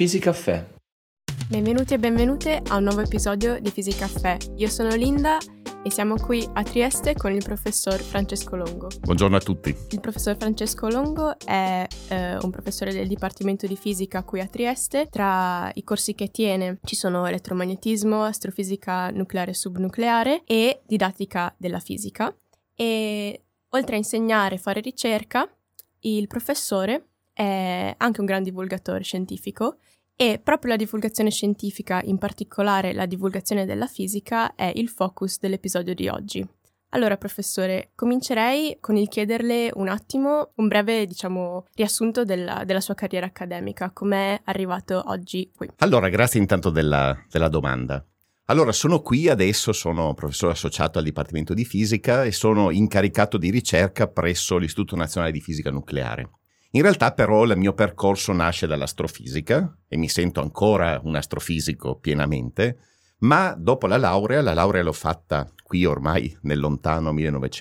Fisicaffè. Benvenuti e benvenute a un nuovo episodio di Fisicaffè. Io sono Linda e siamo qui a Trieste con il professor Francesco Longo. Buongiorno a tutti. Il professor Francesco Longo è un professore del Dipartimento di Fisica qui a Trieste. Tra i corsi che tiene ci sono elettromagnetismo, astrofisica nucleare e subnucleare e didattica della fisica. E oltre a insegnare e fare ricerca, il professore è anche un gran divulgatore scientifico e proprio la divulgazione scientifica, in particolare la divulgazione della fisica, è il focus dell'episodio di oggi. Allora, professore, comincerei con il chiederle un attimo un breve, riassunto della sua carriera accademica. Com'è arrivato oggi qui? Allora, grazie intanto della domanda. Allora, sono qui adesso, sono professore associato al Dipartimento di Fisica e sono incaricato di ricerca presso l'Istituto Nazionale di Fisica Nucleare. In realtà però il mio percorso nasce dall'astrofisica e mi sento ancora un astrofisico pienamente, ma dopo la laurea l'ho fatta qui ormai nel lontano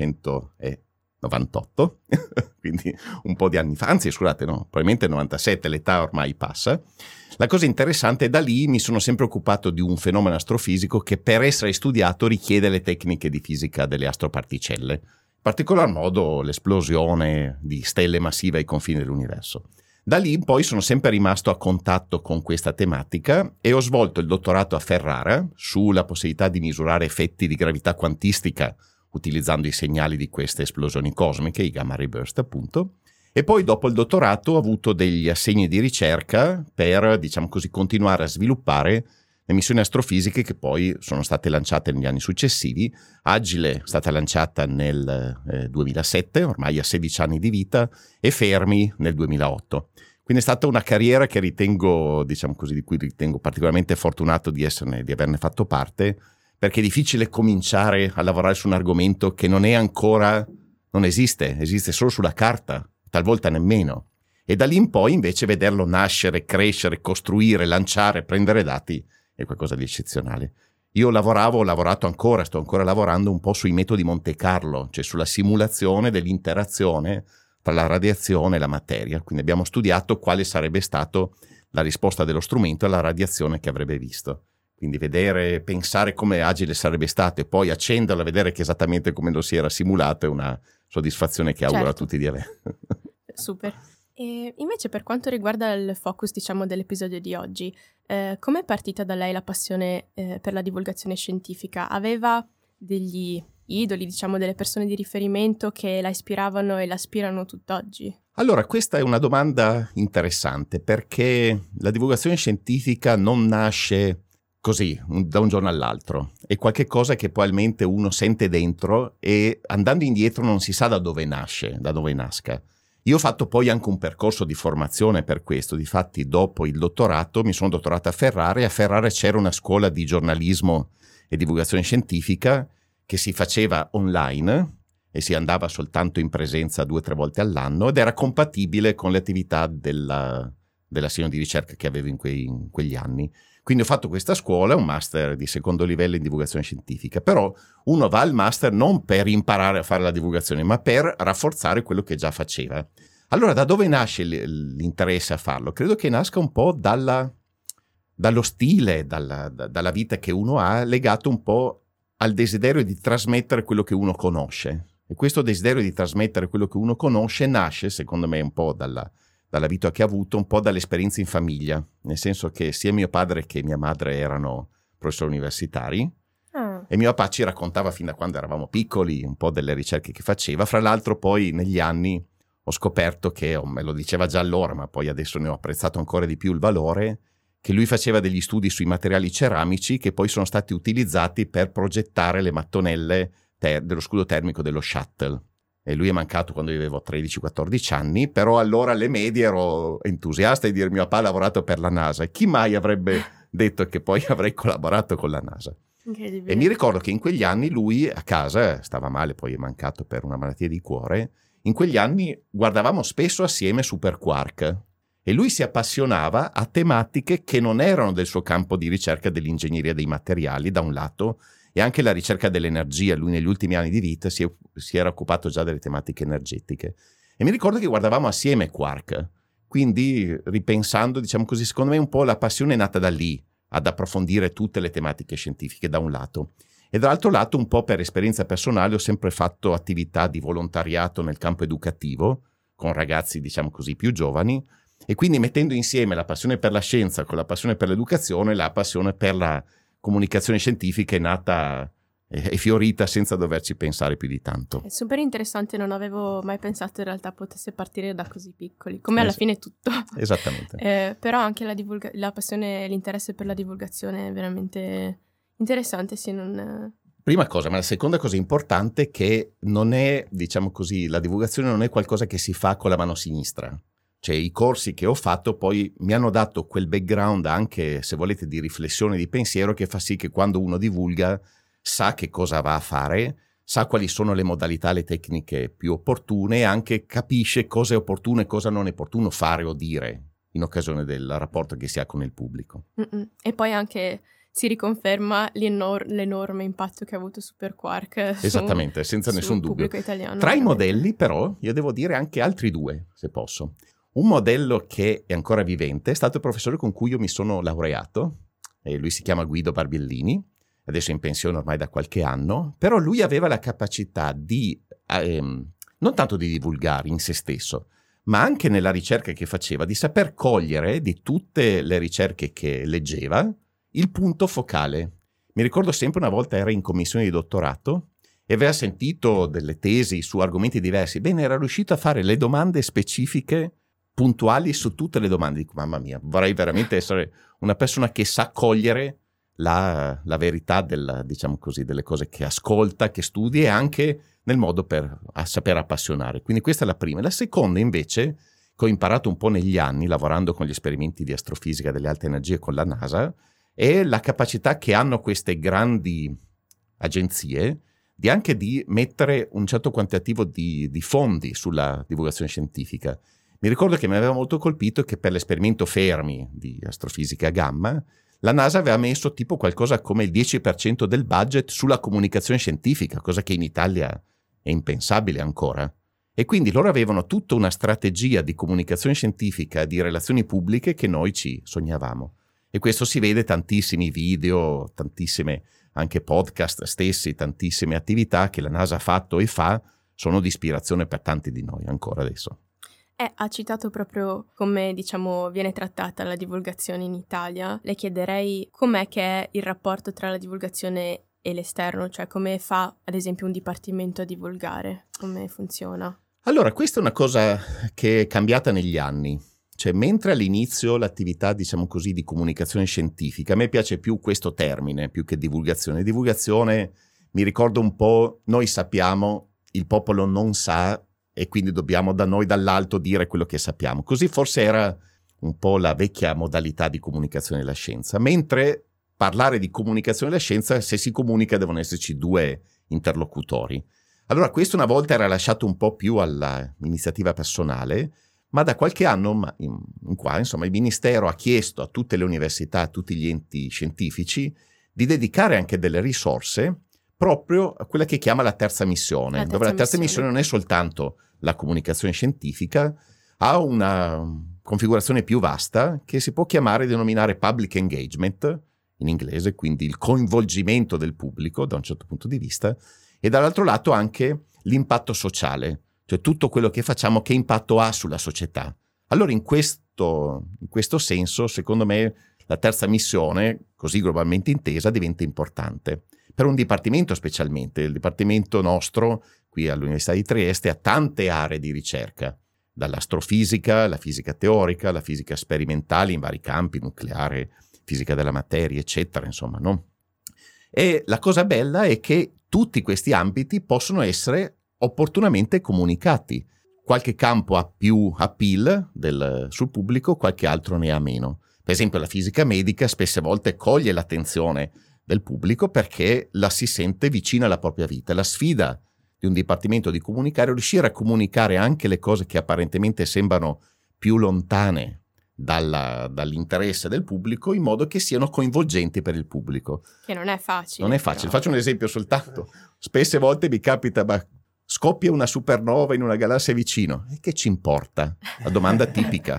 1998, quindi un po' di anni fa, anzi scusate no, probabilmente 97, l'età ormai passa. La cosa interessante è da lì mi sono sempre occupato di un fenomeno astrofisico che per essere studiato richiede le tecniche di fisica delle astroparticelle. In particolar modo l'esplosione di stelle massive ai confini dell'universo. Da lì in poi sono sempre rimasto a contatto con questa tematica e ho svolto il dottorato a Ferrara sulla possibilità di misurare effetti di gravità quantistica utilizzando i segnali di queste esplosioni cosmiche, i gamma ray burst appunto, e poi dopo il dottorato ho avuto degli assegni di ricerca per, continuare a sviluppare le missioni astrofisiche che poi sono state lanciate negli anni successivi. Agile è stata lanciata nel 2007, ormai ha 16 anni di vita, e Fermi nel 2008. Quindi è stata una carriera che ritengo, di cui ritengo particolarmente fortunato di averne fatto parte, perché è difficile cominciare a lavorare su un argomento che non esiste solo sulla carta, talvolta nemmeno. E da lì in poi invece vederlo nascere, crescere, costruire, lanciare, prendere dati è qualcosa di eccezionale. Io ho lavorato ancora, sto ancora lavorando un po' sui metodi Monte Carlo, cioè sulla simulazione dell'interazione tra la radiazione e la materia. Quindi abbiamo studiato quale sarebbe stata la risposta dello strumento alla radiazione che avrebbe visto. Quindi pensare come agile sarebbe stato e poi accenderlo e vedere che esattamente come lo si era simulato è una soddisfazione che auguro a tutti di avere. Super. E invece per quanto riguarda il focus, dell'episodio di oggi, com'è partita da lei la passione per la divulgazione scientifica? Aveva degli idoli, delle persone di riferimento che la ispiravano e la ispirano tutt'oggi? Allora, questa è una domanda interessante perché la divulgazione scientifica non nasce così, da un giorno all'altro. È qualche cosa che probabilmente uno sente dentro e andando indietro non si sa da dove nasca. Io ho fatto poi anche un percorso di formazione per questo, difatti dopo il dottorato mi sono dottorato a Ferrara e a Ferrara c'era una scuola di giornalismo e divulgazione scientifica che si faceva online e si andava soltanto in presenza 2 o 3 volte all'anno ed era compatibile con le attività dell'assegno di ricerca che avevo in quegli anni. Quindi ho fatto questa scuola, un master di secondo livello in divulgazione scientifica, però uno va al master non per imparare a fare la divulgazione, ma per rafforzare quello che già faceva. Allora, da dove nasce l'interesse a farlo? Credo che nasca un po' dallo stile, dalla vita che uno ha, legato un po' al desiderio di trasmettere quello che uno conosce. E questo desiderio di trasmettere quello che uno conosce nasce, secondo me, un po' dalla vita che ha avuto, un po' dall'esperienza in famiglia, nel senso che sia mio padre che mia madre erano professori universitari e mio papà ci raccontava fin da quando eravamo piccoli un po' delle ricerche che faceva. Fra l'altro poi negli anni ho scoperto che, me lo diceva già allora, ma poi adesso ne ho apprezzato ancora di più il valore, che lui faceva degli studi sui materiali ceramici che poi sono stati utilizzati per progettare le mattonelle dello scudo termico dello shuttle. E lui è mancato quando io avevo 13-14 anni, però allora alle medie ero entusiasta di dire mio papà ha lavorato per la NASA. E chi mai avrebbe detto che poi avrei collaborato con la NASA? Incredibile. E mi ricordo che in quegli anni lui a casa stava male, poi è mancato per una malattia di cuore. In quegli anni guardavamo spesso assieme Super Quark e lui si appassionava a tematiche che non erano del suo campo di ricerca dell'ingegneria dei materiali da un lato e anche la ricerca dell'energia. Lui negli ultimi anni di vita si era occupato già delle tematiche energetiche. E mi ricordo che guardavamo assieme Quark Quindi, ripensando, diciamo così, secondo me un po' la passione è nata da lì, ad approfondire tutte le tematiche scientifiche da un lato. E dall'altro lato, un po' per esperienza personale, ho sempre fatto attività di volontariato nel campo educativo, con ragazzi, diciamo così, più giovani, e quindi mettendo insieme la passione per la scienza con la passione per l'educazione, la passione per la comunicazione scientifica è nata e fiorita senza doverci pensare più di tanto. È super interessante, non avevo mai pensato in realtà potesse partire da così piccoli, come alla fine tutto. Esattamente. Però anche la passione e l'interesse per la divulgazione è veramente interessante, sì, non... Prima cosa, ma la seconda cosa importante è che non è, diciamo così, la divulgazione non è qualcosa che si fa con la mano sinistra. Cioè i corsi che ho fatto poi mi hanno dato quel background anche, se volete, di riflessione, di pensiero, che fa sì che quando uno divulga sa che cosa va a fare, sa quali sono le modalità, le tecniche più opportune e anche capisce cosa è opportuno e cosa non è opportuno fare o dire in occasione del rapporto che si ha con il pubblico. E poi anche si riconferma l'enorme impatto che ha avuto Superquark Esattamente, senza nessun dubbio. Italiano, Tra i modelli però io devo dire anche altri due, se posso. Un modello che è ancora vivente è stato il professore con cui io mi sono laureato, e lui si chiama Guido Barbiellini, adesso è in pensione ormai da qualche anno, però lui aveva la capacità di, non tanto di divulgare in se stesso, ma anche nella ricerca che faceva, di saper cogliere di tutte le ricerche che leggeva il punto focale. Mi ricordo sempre una volta era in commissione di dottorato e aveva sentito delle tesi su argomenti diversi. Bene, era riuscito a fare le domande specifiche, puntuali su tutte le domande. Dico, mamma mia, vorrei veramente essere una persona che sa cogliere la verità diciamo così, delle cose che ascolta, che studia e anche nel modo per saper appassionare. Quindi questa è la prima. La seconda invece, che ho imparato un po' negli anni, lavorando con gli esperimenti di astrofisica delle alte energie con la NASA, è la capacità che hanno queste grandi agenzie di anche di mettere un certo quantitativo di fondi sulla divulgazione scientifica. Mi ricordo che mi aveva molto colpito che per l'esperimento Fermi di astrofisica gamma la NASA aveva messo tipo qualcosa come il 10% del budget sulla comunicazione scientifica, cosa che in Italia è impensabile ancora. E quindi loro avevano tutta una strategia di comunicazione scientifica, di relazioni pubbliche che noi ci sognavamo. E questo si vede tantissimi video, tantissime anche podcast stessi, tantissime attività che la NASA ha fatto e fa, sono di ispirazione per tanti di noi ancora adesso. Ha citato proprio come, diciamo, viene trattata la divulgazione in Italia. Le chiederei com'è che è il rapporto tra la divulgazione e l'esterno, cioè come fa ad esempio un dipartimento a divulgare, come funziona? Allora, questa è una cosa che è cambiata negli anni. Cioè, mentre all'inizio l'attività, diciamo così, di comunicazione scientifica, a me piace più questo termine, più che divulgazione. Divulgazione, mi ricordo un po', noi sappiamo, il popolo non sa, e quindi dobbiamo da noi dall'alto dire quello che sappiamo. Così forse era un po' la vecchia modalità di comunicazione della scienza. Mentre parlare di comunicazione della scienza, se si comunica devono esserci due interlocutori. Allora questo una volta era lasciato un po' più all'iniziativa personale, ma da qualche anno in qua, insomma, il Ministero ha chiesto a tutte le università, a tutti gli enti scientifici, di dedicare anche delle risorse proprio a quella che chiama la terza missione, dove la terza missione non è soltanto la comunicazione scientifica, ha una configurazione più vasta che si può denominare public engagement, in inglese, quindi il coinvolgimento del pubblico da un certo punto di vista, e dall'altro lato anche l'impatto sociale, cioè tutto quello che facciamo che impatto ha sulla società. Allora in questo senso, secondo me, la terza missione, così globalmente intesa, diventa importante. Per un dipartimento specialmente, il dipartimento nostro, qui all'Università di Trieste, ha tante aree di ricerca, dall'astrofisica, la fisica teorica, la fisica sperimentale in vari campi, nucleare, fisica della materia, eccetera, insomma, no? E la cosa bella è che tutti questi ambiti possono essere opportunamente comunicati. Qualche campo ha più appeal sul pubblico, qualche altro ne ha meno. Per esempio la fisica medica spesse volte coglie l'attenzione del pubblico perché la si sente vicina alla propria vita. La sfida di un dipartimento di comunicare è riuscire a comunicare anche le cose che apparentemente sembrano più lontane dall'interesse del pubblico in modo che siano coinvolgenti per il pubblico. Che non è facile. Non è facile. Faccio un esempio soltanto. Spesse volte mi capita, ma scoppia una supernova in una galassia vicino. E che ci importa? La domanda tipica.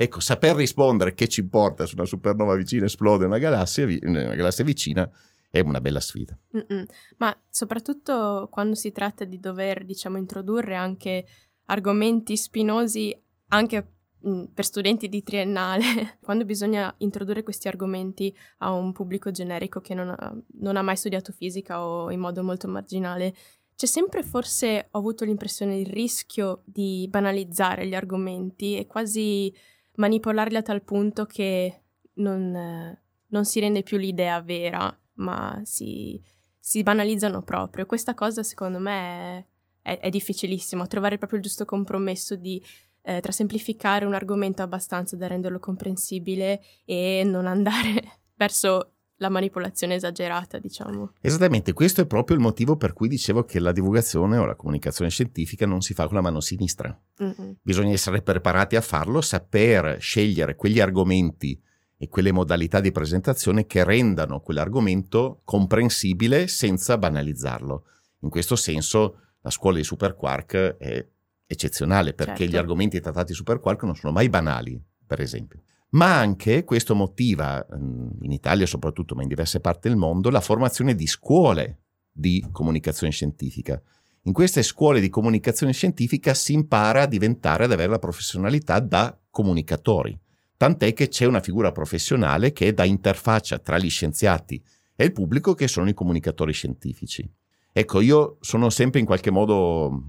Ecco, saper rispondere che ci importa se una supernova vicina esplode una galassia vicina è una bella sfida. Ma soprattutto quando si tratta di dover, diciamo, introdurre anche argomenti spinosi anche per studenti di triennale, quando bisogna introdurre questi argomenti a un pubblico generico che non ha mai studiato fisica o in modo molto marginale, c'è sempre, forse ho avuto l'impressione, il rischio di banalizzare gli argomenti e quasi manipolarli a tal punto che non si rende più l'idea vera, ma si banalizzano proprio. Questa cosa secondo me è difficilissimo, trovare proprio il giusto compromesso tra semplificare un argomento abbastanza da renderlo comprensibile e non andare verso la manipolazione esagerata, diciamo. Esattamente, questo è proprio il motivo per cui dicevo che la divulgazione o la comunicazione scientifica non si fa con la mano sinistra. Bisogna essere preparati a farlo, saper scegliere quegli argomenti e quelle modalità di presentazione che rendano quell'argomento comprensibile senza banalizzarlo. In questo senso la scuola di Superquark è eccezionale, perché certo, gli argomenti trattati Superquark non sono mai banali, per esempio. Ma anche questo motiva, in Italia soprattutto, ma in diverse parti del mondo, la formazione di scuole di comunicazione scientifica. In queste scuole di comunicazione scientifica si impara ad avere la professionalità da comunicatori. Tant'è che c'è una figura professionale che è da interfaccia tra gli scienziati e il pubblico, che sono i comunicatori scientifici. Ecco, io sono sempre in qualche modo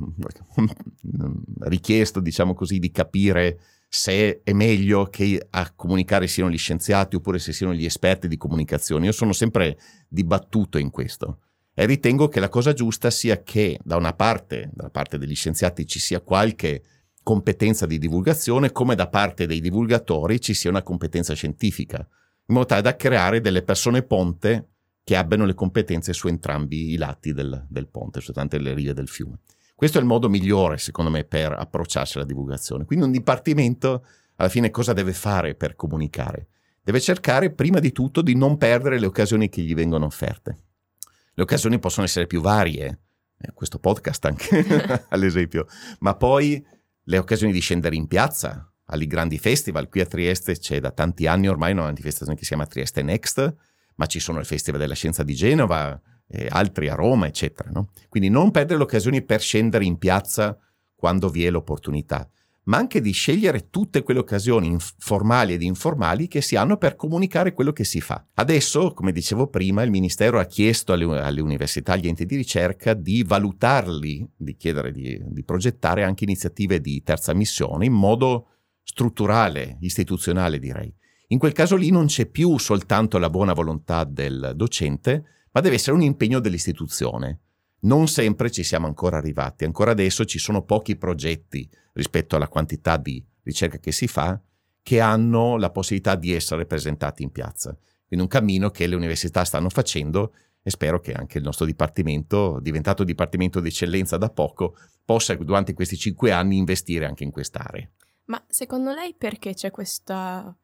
richiesto, diciamo così, di capire se è meglio che a comunicare siano gli scienziati oppure se siano gli esperti di comunicazione. Io sono sempre dibattuto in questo e ritengo che la cosa giusta sia che dalla parte degli scienziati ci sia qualche competenza di divulgazione, come da parte dei divulgatori ci sia una competenza scientifica, in modo tale da creare delle persone ponte che abbiano le competenze su entrambi i lati del ponte, su tante le rive del fiume. Questo è il modo migliore, secondo me, per approcciarsi alla divulgazione. Quindi un dipartimento, alla fine, cosa deve fare per comunicare? Deve cercare, prima di tutto, di non perdere le occasioni che gli vengono offerte. Le occasioni possono essere più varie, questo podcast anche, ad esempio, ma poi le occasioni di scendere in piazza, ai grandi festival. Qui a Trieste c'è da tanti anni ormai una manifestazione che si chiama Trieste Next, ma ci sono il Festival della Scienza di Genova, altri a Roma, eccetera, no? Quindi non perdere le occasioni per scendere in piazza quando vi è l'opportunità, ma anche di scegliere tutte quelle occasioni formali ed informali che si hanno per comunicare quello che si fa. Adesso, come dicevo prima, il Ministero ha chiesto alle università, agli enti di ricerca, di valutarli, di chiedere di progettare anche iniziative di terza missione in modo strutturale, istituzionale, direi. In quel caso lì non c'è più soltanto la buona volontà del docente, ma deve essere un impegno dell'istituzione. Non sempre ci siamo ancora arrivati. Ancora adesso ci sono pochi progetti rispetto alla quantità di ricerca che si fa che hanno la possibilità di essere presentati in piazza. Quindi un cammino che le università stanno facendo e spero che anche il nostro dipartimento, diventato dipartimento di eccellenza da poco, possa durante questi 5 anni investire anche in quest'area. Ma secondo lei perché c'è questo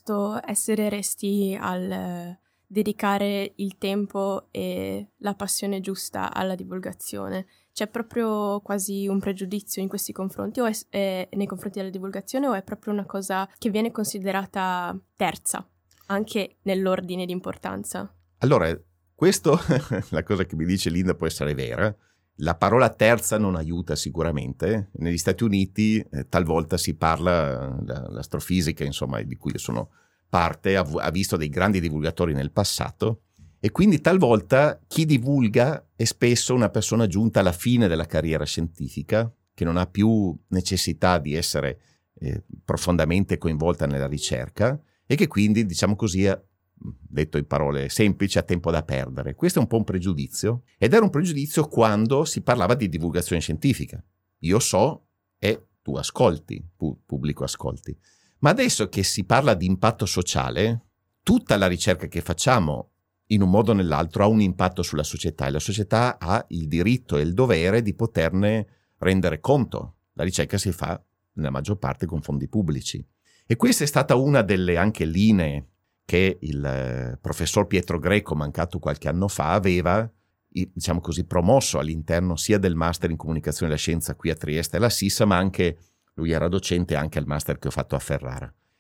essere resti al dedicare il tempo e la passione giusta alla divulgazione? C'è proprio quasi un pregiudizio in questi confronti o nei confronti della divulgazione, o è proprio una cosa che viene considerata terza anche nell'ordine di importanza? Allora, questo, la cosa che mi dice Linda può essere vera. La parola terza non aiuta sicuramente. Negli Stati Uniti talvolta si parla, l'astrofisica, insomma, di cui io sono parte, ha visto dei grandi divulgatori nel passato, e quindi talvolta chi divulga è spesso una persona giunta alla fine della carriera scientifica, che non ha più necessità di essere profondamente coinvolta nella ricerca e che quindi, diciamo così, detto in parole semplici, ha tempo da perdere. Questo è un po' un pregiudizio, ed era un pregiudizio quando si parlava di divulgazione scientifica. Io so e tu ascolti, pubblico ascolti. Ma adesso che si parla di impatto sociale, tutta la ricerca che facciamo in un modo o nell'altro ha un impatto sulla società, e la società ha il diritto e il dovere di poterne rendere conto. La ricerca si fa nella maggior parte con fondi pubblici. E questa è stata una delle anche linee che il professor Pietro Greco, mancato qualche anno fa, aveva, diciamo così, promosso all'interno sia del Master in Comunicazione della Scienza qui a Trieste alla SISA, ma anche lui era docente anche al Master che ho fatto a Ferrara.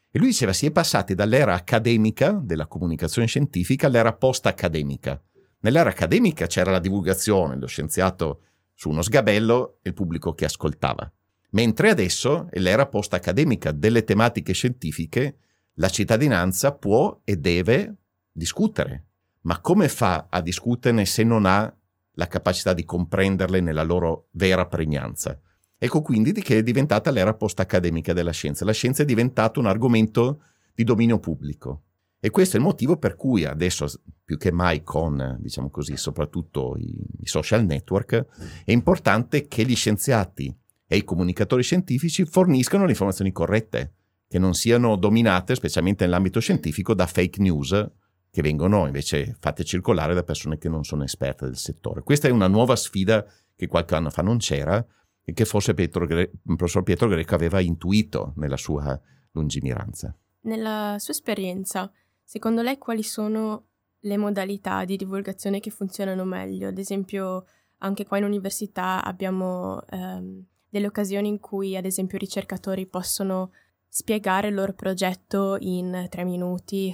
E lui diceva si è passati dall'era accademica della comunicazione scientifica all'era post-accademica. Nell'era accademica c'era la divulgazione, lo scienziato su uno sgabello e il pubblico che ascoltava. Mentre adesso, nell'era post-accademica delle tematiche scientifiche, la cittadinanza può e deve discutere. Ma come fa a discuterne se non ha la capacità di comprenderle nella loro vera pregnanza? Ecco quindi che è diventata l'era post-accademica della scienza. La scienza è diventata un argomento di dominio pubblico. E questo è il motivo per cui adesso, più che mai con, diciamo così, soprattutto i social network, è importante che gli scienziati e i comunicatori scientifici forniscano le informazioni corrette, che non siano dominate, specialmente nell'ambito scientifico, da fake news che vengono invece fatte circolare da persone che non sono esperte del settore. Questa è una nuova sfida che qualche anno fa non c'era e che forse il professor Pietro Greco aveva intuito nella sua lungimiranza. Nella sua esperienza, secondo lei quali sono le modalità di divulgazione che funzionano meglio? Ad esempio, anche qua in università abbiamo delle occasioni in cui, ad esempio, i ricercatori possono spiegare il loro progetto in 3 minuti,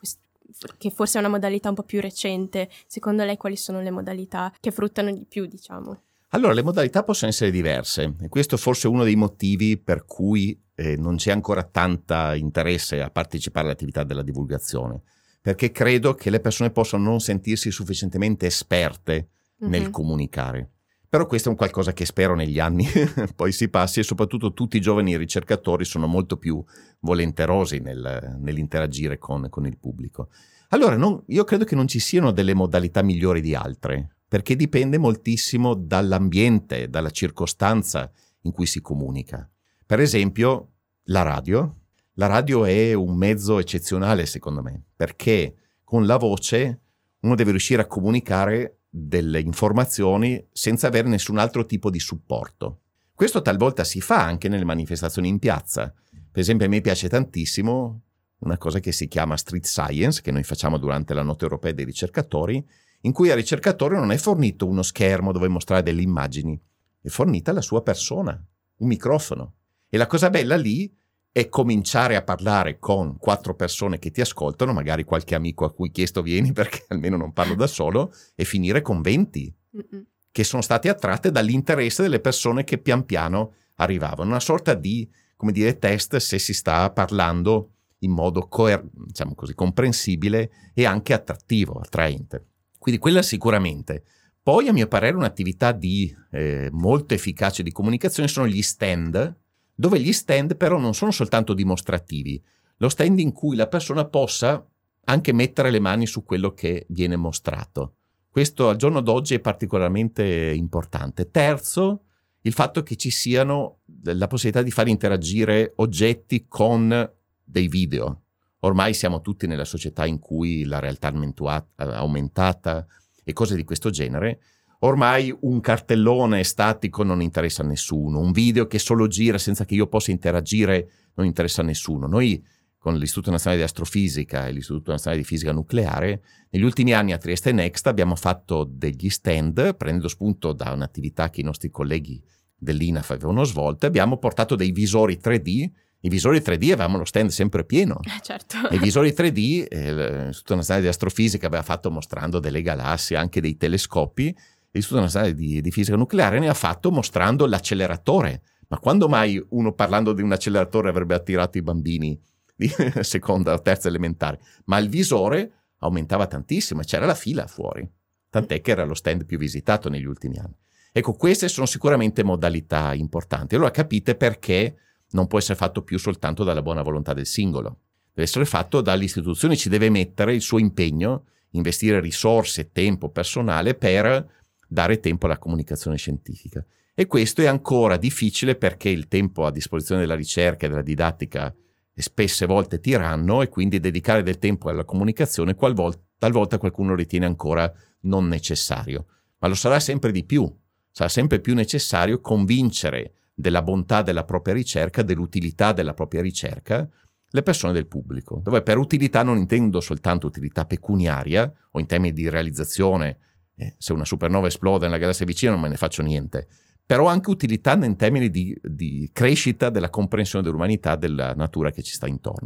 che forse è una modalità un po' più recente. Secondo lei quali sono le modalità che fruttano di più, diciamo? Allora, le modalità possono essere diverse e questo forse è uno dei motivi per cui non c'è ancora tanta interesse a partecipare all'attività della divulgazione, perché credo che le persone possano non sentirsi sufficientemente esperte nel comunicare. Però questo è un qualcosa che spero negli anni poi si passi, e soprattutto tutti i giovani ricercatori sono molto più volenterosi nell'interagire con il pubblico. Allora, io credo che non ci siano delle modalità migliori di altre, perché dipende moltissimo dall'ambiente, dalla circostanza in cui si comunica. Per esempio, la radio è un mezzo eccezionale secondo me, perché con la voce uno deve riuscire a comunicare delle informazioni senza avere nessun altro tipo di supporto. Questo talvolta si fa anche nelle manifestazioni in piazza. Per esempio a me piace tantissimo una cosa che si chiama street science, che noi facciamo durante la Notte Europea dei Ricercatori, in cui al ricercatore non è fornito uno schermo dove mostrare delle immagini, è fornita la sua persona, un microfono. E la cosa bella lì è cominciare a parlare con 4 persone che ti ascoltano, magari qualche amico a cui chiesto vieni perché almeno non parlo da solo, e finire con 20 che sono state attratte dall'interesse delle persone che pian piano arrivavano. Una sorta di, come dire, test se si sta parlando in modo diciamo così, comprensibile e anche attrattivo, attraente. Quindi quella sicuramente. Poi a mio parere un'attività molto efficace di comunicazione sono gli stand, dove gli stand però non sono soltanto dimostrativi, lo stand in cui la persona possa anche mettere le mani su quello che viene mostrato. Questo al giorno d'oggi è particolarmente importante. Terzo, il fatto che ci siano la possibilità di far interagire oggetti con dei video. Ormai siamo tutti nella società in cui la realtà aumentata e cose di questo genere. Ormai un cartellone statico non interessa a nessuno, un video che solo gira senza che io possa interagire non interessa a nessuno. Noi con l'Istituto Nazionale di Astrofisica e l'Istituto Nazionale di Fisica Nucleare, negli ultimi anni a Trieste Next abbiamo fatto degli stand, prendendo spunto da un'attività che i nostri colleghi dell'INAF avevano svolto, abbiamo portato dei visori 3D. I visori 3D avevamo lo stand sempre pieno. Certo. E i visori 3D, l'Istituto Nazionale di Astrofisica aveva fatto mostrando delle galassie, anche dei telescopi. L'Istituto Nazionale di Fisica Nucleare ne ha fatto mostrando l'acceleratore. Ma quando mai uno parlando di un acceleratore avrebbe attirato i bambini di seconda o terza elementare? Ma il visore aumentava tantissimo e c'era la fila fuori. Tant'è che era lo stand più visitato negli ultimi anni. Ecco, queste sono sicuramente modalità importanti. Allora capite perché non può essere fatto più soltanto dalla buona volontà del singolo. Deve essere fatto dalle istituzioni, ci deve mettere il suo impegno, investire risorse, tempo, personale per dare tempo alla comunicazione scientifica. E questo è ancora difficile perché il tempo a disposizione della ricerca e della didattica è spesse volte tiranno, e quindi dedicare del tempo alla comunicazione talvolta qualcuno ritiene ancora non necessario. Ma lo sarà sempre di più. Sarà sempre più necessario convincere della bontà della propria ricerca, dell'utilità della propria ricerca, le persone del pubblico, dove per utilità non intendo soltanto utilità pecuniaria o in termini di realizzazione, se una supernova esplode nella galassia vicina non me ne faccio niente, però anche utilità in termini di crescita della comprensione dell'umanità, della natura che ci sta intorno.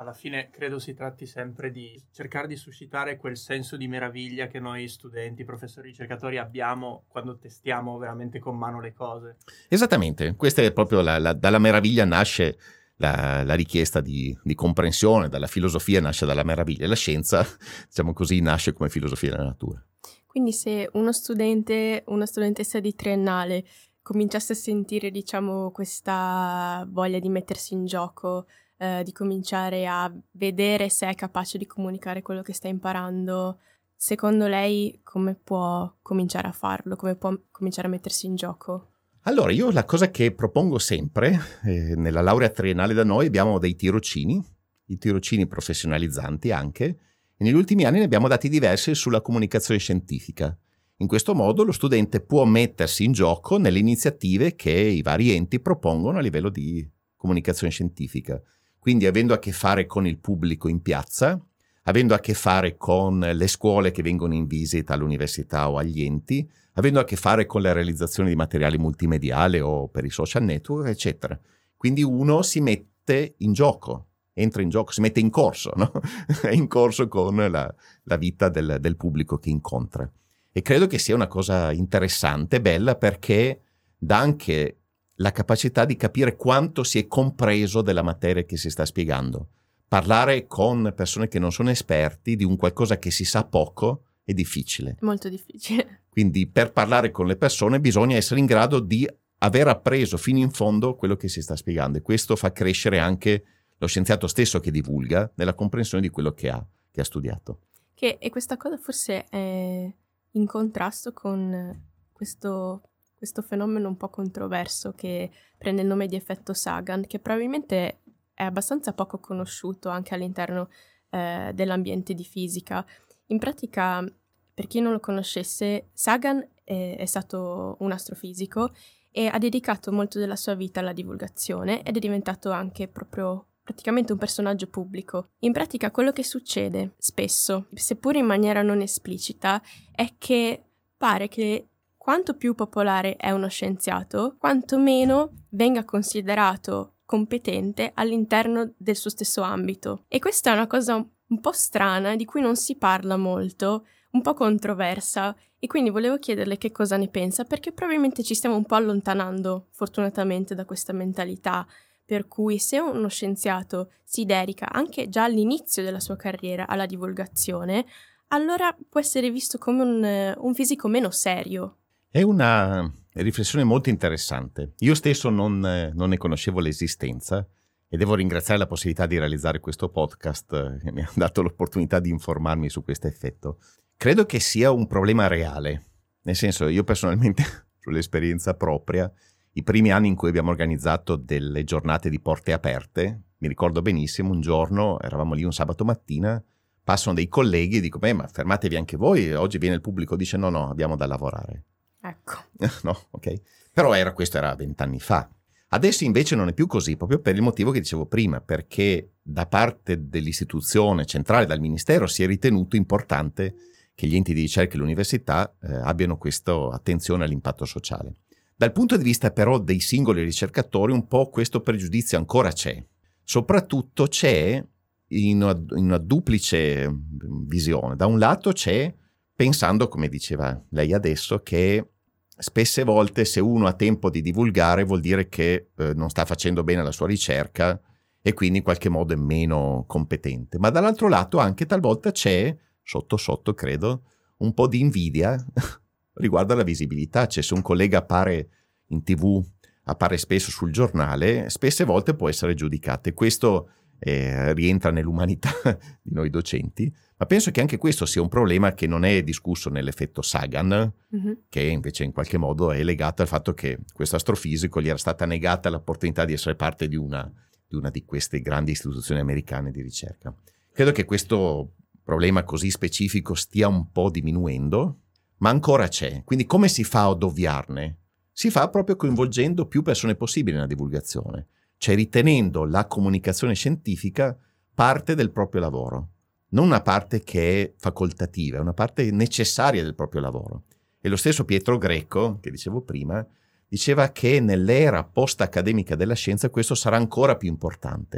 Alla fine credo si tratti sempre di cercare di suscitare quel senso di meraviglia che noi studenti, professori, ricercatori abbiamo quando testiamo veramente con mano le cose. Esattamente, questa è proprio dalla meraviglia nasce la richiesta di comprensione, dalla filosofia nasce dalla meraviglia, la scienza, diciamo così, nasce come filosofia della natura. Quindi se uno studente, una studentessa di triennale cominciasse a sentire, diciamo, questa voglia di mettersi in gioco, di cominciare a vedere se è capace di comunicare quello che sta imparando, secondo lei come può cominciare a farlo? Come può cominciare a mettersi in gioco? Allora, io la cosa che propongo sempre, nella laurea triennale da noi abbiamo dei tirocini, i tirocini professionalizzanti anche, e negli ultimi anni ne abbiamo dati diversi sulla comunicazione scientifica. In questo modo lo studente può mettersi in gioco nelle iniziative che i vari enti propongono a livello di comunicazione scientifica. Quindi avendo a che fare con il pubblico in piazza, avendo a che fare con le scuole che vengono in visita all'università o agli enti, avendo a che fare con la realizzazione di materiale multimediale o per i social network, eccetera. Quindi uno si mette in gioco, entra in gioco, si mette in corso, no? È in corso con la vita del pubblico che incontra. E credo che sia una cosa interessante, bella, perché dà anche la capacità di capire quanto si è compreso della materia che si sta spiegando. Parlare con persone che non sono esperti di un qualcosa che si sa poco è difficile. Molto difficile. Quindi per parlare con le persone bisogna essere in grado di aver appreso fino in fondo quello che si sta spiegando, e questo fa crescere anche lo scienziato stesso che divulga nella comprensione di quello che ha studiato. E questa cosa forse è in contrasto con questo fenomeno un po' controverso che prende il nome di effetto Sagan, che probabilmente è abbastanza poco conosciuto anche all'interno dell'ambiente di fisica. In pratica, per chi non lo conoscesse, Sagan è stato un astrofisico e ha dedicato molto della sua vita alla divulgazione ed è diventato anche proprio praticamente un personaggio pubblico. In pratica quello che succede spesso, seppur in maniera non esplicita, è che pare che quanto più popolare è uno scienziato, quanto meno venga considerato competente all'interno del suo stesso ambito. E questa è una cosa un po' strana, di cui non si parla molto, un po' controversa, e quindi volevo chiederle che cosa ne pensa, perché probabilmente ci stiamo un po' allontanando, fortunatamente, da questa mentalità, per cui se uno scienziato si dedica anche già all'inizio della sua carriera alla divulgazione, allora può essere visto come un fisico meno serio. È una riflessione molto interessante. Io stesso non ne conoscevo l'esistenza e devo ringraziare la possibilità di realizzare questo podcast che mi ha dato l'opportunità di informarmi su questo effetto. Credo che sia un problema reale, nel senso, io personalmente, sull'esperienza propria, i primi anni in cui abbiamo organizzato delle giornate di porte aperte, mi ricordo benissimo, un giorno eravamo lì un sabato mattina, passano dei colleghi e dico, ma fermatevi anche voi, oggi viene il pubblico, dice no, abbiamo da lavorare. Ecco. No, ok. Però questo era 20 anni fa. Adesso invece non è più così, proprio per il motivo che dicevo prima, perché da parte dell'istituzione centrale, dal Ministero, si è ritenuto importante che gli enti di ricerca e le università abbiano questa attenzione all'impatto sociale. Dal punto di vista però dei singoli ricercatori un po' questo pregiudizio ancora c'è. Soprattutto c'è in una duplice visione. Da un lato c'è, pensando, come diceva lei adesso, che spesse volte se uno ha tempo di divulgare vuol dire che non sta facendo bene la sua ricerca e quindi in qualche modo è meno competente. Ma dall'altro lato anche talvolta c'è, sotto credo, un po' di invidia riguardo alla visibilità. Cioè se un collega appare in TV, appare spesso sul giornale, spesse volte può essere giudicato, e questo rientra nell'umanità di noi docenti. Ma penso che anche questo sia un problema che non è discusso nell'effetto Sagan, che invece in qualche modo è legato al fatto che questo astrofisico gli era stata negata l'opportunità di essere parte di una di queste grandi istituzioni americane di ricerca. Credo che questo problema così specifico stia un po' diminuendo, ma ancora c'è. Quindi come si fa ad ovviarne? Si fa proprio coinvolgendo più persone possibili nella divulgazione, cioè ritenendo la comunicazione scientifica parte del proprio lavoro. Non una parte che è facoltativa, è una parte necessaria del proprio lavoro. E lo stesso Pietro Greco, che dicevo prima, diceva che nell'era post-accademica della scienza questo sarà ancora più importante.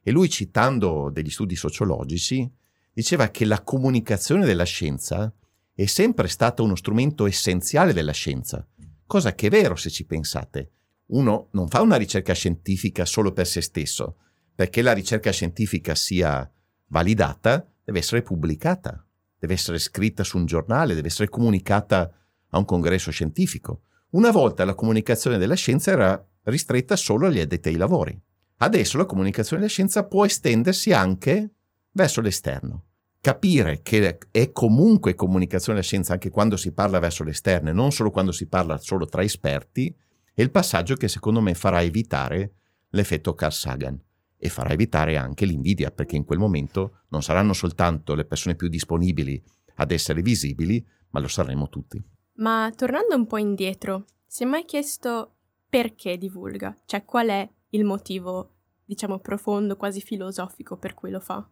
E lui, citando degli studi sociologici, diceva che la comunicazione della scienza è sempre stata uno strumento essenziale della scienza, cosa che è vero se ci pensate. Uno non fa una ricerca scientifica solo per se stesso, perché la ricerca scientifica sia validata, deve essere pubblicata, deve essere scritta su un giornale, deve essere comunicata a un congresso scientifico. Una volta la comunicazione della scienza era ristretta solo agli addetti ai lavori. Adesso la comunicazione della scienza può estendersi anche verso l'esterno. Capire che è comunque comunicazione della scienza anche quando si parla verso l'esterno e non solo quando si parla solo tra esperti è il passaggio che secondo me farà evitare l'effetto Carl Sagan e farà evitare anche l'invidia, perché in quel momento non saranno soltanto le persone più disponibili ad essere visibili, ma lo saremo tutti. Ma tornando un po' indietro, si è mai chiesto perché divulga? Cioè qual è il motivo, diciamo, profondo, quasi filosofico per cui lo fa?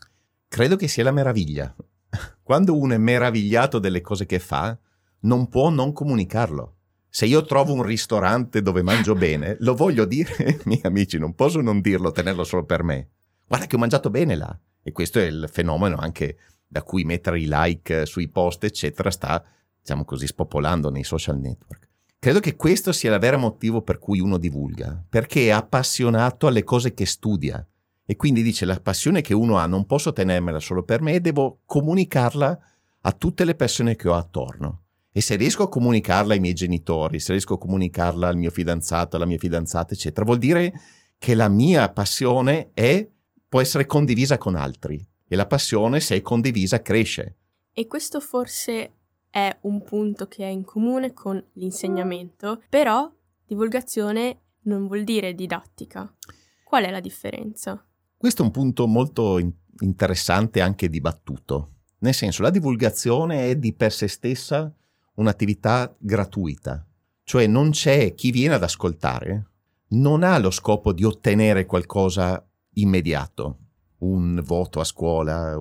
Credo che sia la meraviglia. Quando uno è meravigliato delle cose che fa, non può non comunicarlo. Se io trovo un ristorante dove mangio bene, lo voglio dire ai miei amici, non posso non dirlo, tenerlo solo per me. Guarda che ho mangiato bene là. E questo è il fenomeno anche da cui mettere i like sui post, eccetera, sta, diciamo così, spopolando nei social network. Credo che questo sia il vero motivo per cui uno divulga, perché è appassionato alle cose che studia. E quindi dice, la passione che uno ha non posso tenermela solo per me, devo comunicarla a tutte le persone che ho attorno. E se riesco a comunicarla ai miei genitori, se riesco a comunicarla al mio fidanzato, alla mia fidanzata, eccetera, vuol dire che la mia passione può essere condivisa con altri. E la passione, se è condivisa, cresce. E questo forse è un punto che è in comune con l'insegnamento, però divulgazione non vuol dire didattica. Qual è la differenza? Questo è un punto molto interessante e anche dibattuto. Nel senso, la divulgazione è di per sé stessa un'attività gratuita, cioè non c'è chi viene ad ascoltare, non ha lo scopo di ottenere qualcosa immediato, un voto a scuola,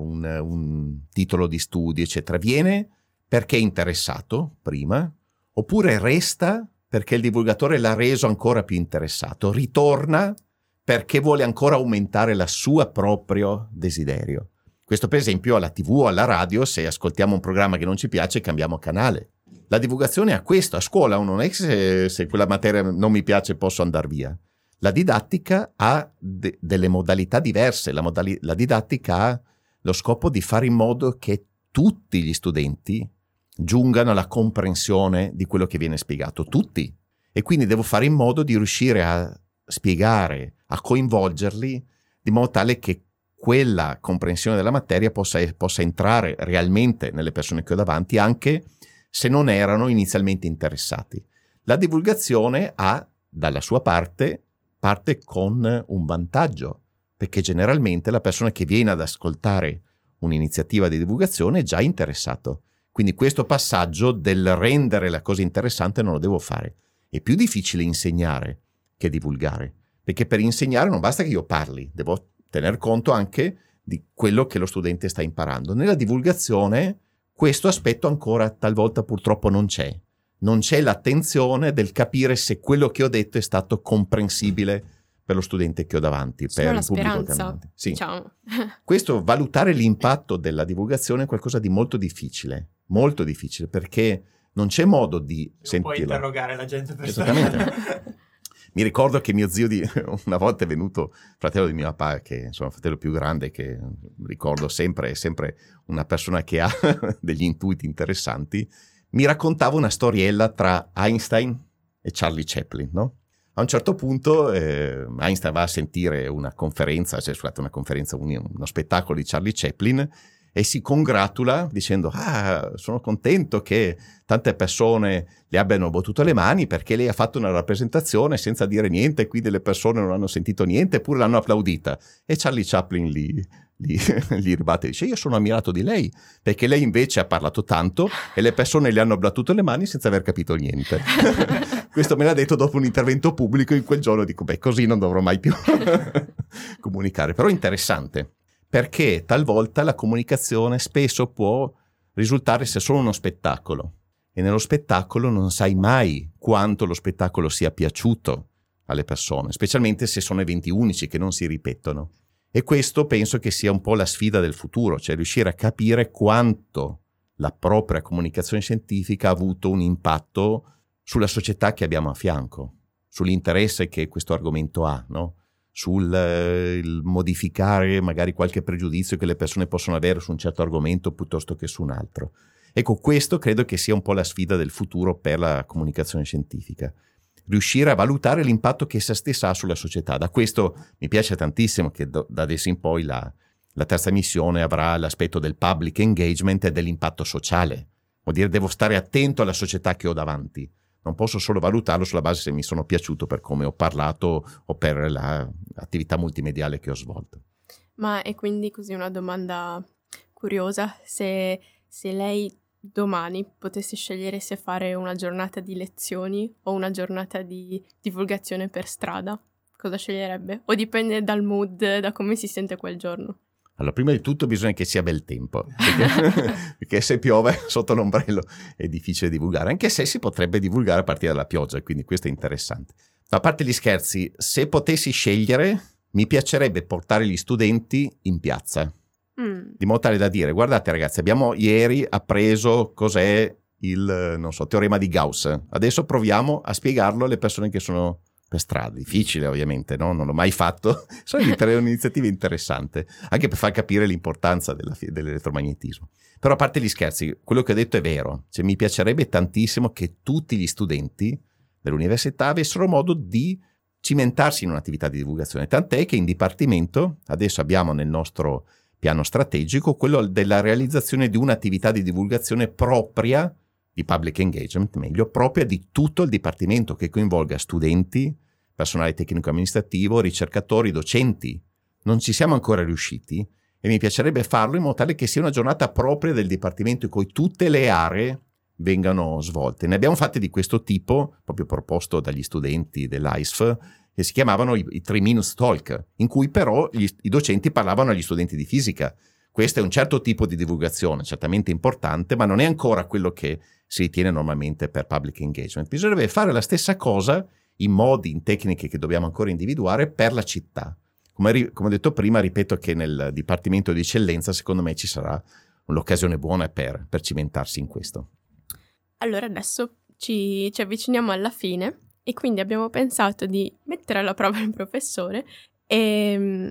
un titolo di studio, eccetera. Viene perché è interessato, prima, oppure resta perché il divulgatore l'ha reso ancora più interessato, ritorna perché vuole ancora aumentare il suo proprio desiderio. Questo per esempio alla TV o alla radio, se ascoltiamo un programma che non ci piace cambiamo canale. La divulgazione ha questo, a scuola non è che se quella materia non mi piace posso andare via. La didattica ha delle modalità diverse, la didattica ha lo scopo di fare in modo che tutti gli studenti giungano alla comprensione di quello che viene spiegato, tutti. E quindi devo fare in modo di riuscire a spiegare, a coinvolgerli, di modo tale che quella comprensione della materia possa entrare realmente nelle persone che ho davanti, anche se non erano inizialmente interessati. La divulgazione ha, dalla sua parte con un vantaggio, perché generalmente la persona che viene ad ascoltare un'iniziativa di divulgazione è già interessato. Quindi questo passaggio del rendere la cosa interessante non lo devo fare. È più difficile insegnare che divulgare, perché per insegnare non basta che io parli, devo tener conto anche di quello che lo studente sta imparando. Nella divulgazione questo aspetto ancora talvolta purtroppo non c'è. Non c'è l'attenzione del capire se quello che ho detto è stato comprensibile per lo studente che ho davanti, solo per la il pubblico che ho speranza, davanti. Sì. diciamo. Questo, valutare l'impatto della divulgazione è qualcosa di molto difficile, perché non c'è modo di sentirlo. Non puoi interrogare la gente per Esattamente. Mi ricordo che mio zio una volta è venuto, fratello di mio papà, che insomma fratello più grande, che ricordo sempre, è sempre una persona che ha degli intuiti interessanti, mi raccontava una storiella tra Einstein e Charlie Chaplin, no? A un certo punto Einstein va a sentire una conferenza, uno spettacolo di Charlie Chaplin, e si congratula dicendo: sono contento che tante persone le abbiano battuto le mani perché lei ha fatto una rappresentazione senza dire niente, qui delle persone non hanno sentito niente eppure l'hanno applaudita. E Charlie Chaplin gli ribatte e dice: io sono ammirato di lei perché lei invece ha parlato tanto e le persone le hanno battuto le mani senza aver capito niente. Questo me l'ha detto dopo un intervento pubblico, in quel giorno dico così non dovrò mai più comunicare. Però è interessante, perché talvolta la comunicazione spesso può risultare se solo uno spettacolo, e nello spettacolo non sai mai quanto lo spettacolo sia piaciuto alle persone, specialmente se sono eventi unici che non si ripetono. E questo penso che sia un po' la sfida del futuro, cioè riuscire a capire quanto la propria comunicazione scientifica ha avuto un impatto sulla società che abbiamo a fianco, sull'interesse che questo argomento ha, no? Sul il modificare magari qualche pregiudizio che le persone possono avere su un certo argomento piuttosto che su un altro. Ecco, questo credo che sia un po' la sfida del futuro per la comunicazione scientifica. Riuscire a valutare l'impatto che essa stessa ha sulla società. Da questo mi piace tantissimo che da adesso in poi la terza missione avrà l'aspetto del public engagement e dell'impatto sociale. Vuol dire devo stare attento alla società che ho davanti. Non posso solo valutarlo sulla base se mi sono piaciuto per come ho parlato o per l'attività multimediale che ho svolto. Ma è quindi così una domanda curiosa, se lei domani potesse scegliere se fare una giornata di lezioni o una giornata di divulgazione per strada, cosa sceglierebbe? O dipende dal mood, da come si sente quel giorno? Allora, prima di tutto bisogna che sia bel tempo, perché se piove sotto l'ombrello è difficile divulgare, anche se si potrebbe divulgare a partire dalla pioggia, quindi questo è interessante. A parte gli scherzi, se potessi scegliere, mi piacerebbe portare gli studenti in piazza. Di modo tale da dire, guardate ragazzi, abbiamo ieri appreso cos'è il, non so, teorema di Gauss. Adesso proviamo a spiegarlo alle persone che sono per strada. Difficile ovviamente, no? Non l'ho mai fatto. Sono un'iniziativa interessante, anche per far capire l'importanza dell'elettromagnetismo. Però a parte gli scherzi, quello che ho detto è vero. Cioè, mi piacerebbe tantissimo che tutti gli studenti dell'università avessero modo di cimentarsi in un'attività di divulgazione. Tant'è che in dipartimento adesso abbiamo nel nostro piano strategico quello della realizzazione di un'attività di divulgazione propria, di public engagement meglio, propria di tutto il dipartimento, che coinvolga studenti, personale tecnico-amministrativo, ricercatori, docenti. Non ci siamo ancora riusciti e mi piacerebbe farlo in modo tale che sia una giornata propria del dipartimento in cui tutte le aree vengano svolte. Ne abbiamo fatte di questo tipo, proprio proposto dagli studenti dell'AISF, che si chiamavano i 3 Minutes Talk, in cui però i docenti parlavano agli studenti di fisica. Questo è un certo tipo di divulgazione, certamente importante, ma non è ancora quello che si ritiene normalmente per public engagement. Bisognerebbe fare la stessa cosa in modi, in tecniche che dobbiamo ancora individuare per la città. Come ho detto prima, ripeto che nel Dipartimento di Eccellenza, secondo me, ci sarà un'occasione buona per cimentarsi in questo. Allora adesso ci avviciniamo alla fine e quindi abbiamo pensato di mettere alla prova il professore e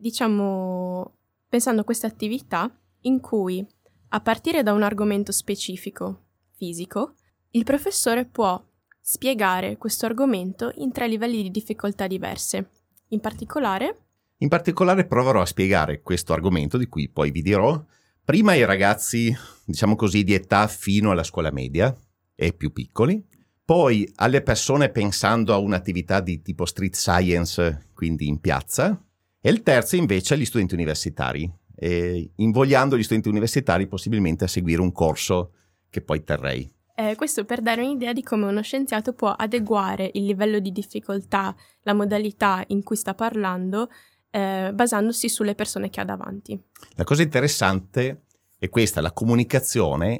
pensando a questa attività in cui a partire da un argomento specifico, fisico, il professore può spiegare questo argomento in 3 livelli di difficoltà diverse. In particolare proverò a spiegare questo argomento di cui poi vi dirò prima ai ragazzi, diciamo così, di età fino alla scuola media e più piccoli, poi alle persone pensando a un'attività di tipo street science, quindi in piazza, e il terzo invece agli studenti universitari, invogliando gli studenti universitari possibilmente a seguire un corso che poi terrei. Questo per dare un'idea di come uno scienziato può adeguare il livello di difficoltà, la modalità in cui sta parlando, basandosi sulle persone che ha davanti. La cosa interessante è questa: la comunicazione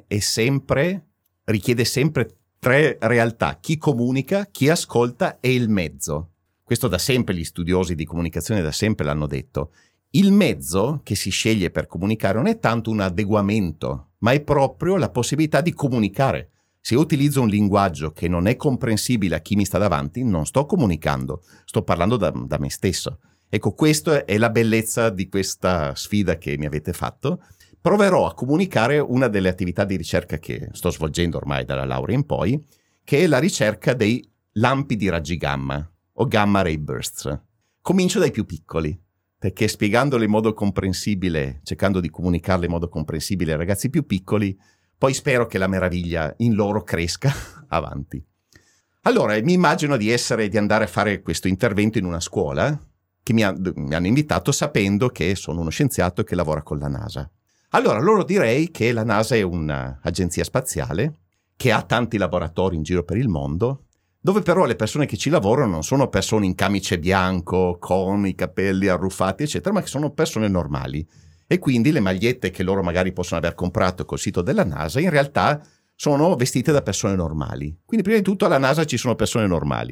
richiede sempre 3 realtà: chi comunica, chi ascolta e il mezzo. Questo da sempre gli studiosi di comunicazione da sempre l'hanno detto. Il mezzo che si sceglie per comunicare non è tanto un adeguamento, ma è proprio la possibilità di comunicare. Se io utilizzo un linguaggio che non è comprensibile a chi mi sta davanti, non sto comunicando, sto parlando da me stesso. Ecco, questa è la bellezza di questa sfida che mi avete fatto. Proverò a comunicare una delle attività di ricerca che sto svolgendo ormai dalla laurea in poi, che è la ricerca dei lampi di raggi gamma o gamma ray bursts. Comincio dai più piccoli, perché spiegandole in modo comprensibile, cercando di comunicarle in modo comprensibile ai ragazzi più piccoli, poi spero che la meraviglia in loro cresca avanti. Allora, mi immagino di andare a fare questo intervento in una scuola che mi hanno invitato sapendo che sono uno scienziato che lavora con la NASA. Allora, loro direi che la NASA è un'agenzia spaziale che ha tanti laboratori in giro per il mondo, dove però le persone che ci lavorano non sono persone in camice bianco, con i capelli arruffati, eccetera, ma che sono persone normali. E quindi le magliette che loro magari possono aver comprato col sito della NASA in realtà sono vestite da persone normali. Quindi prima di tutto alla NASA ci sono persone normali.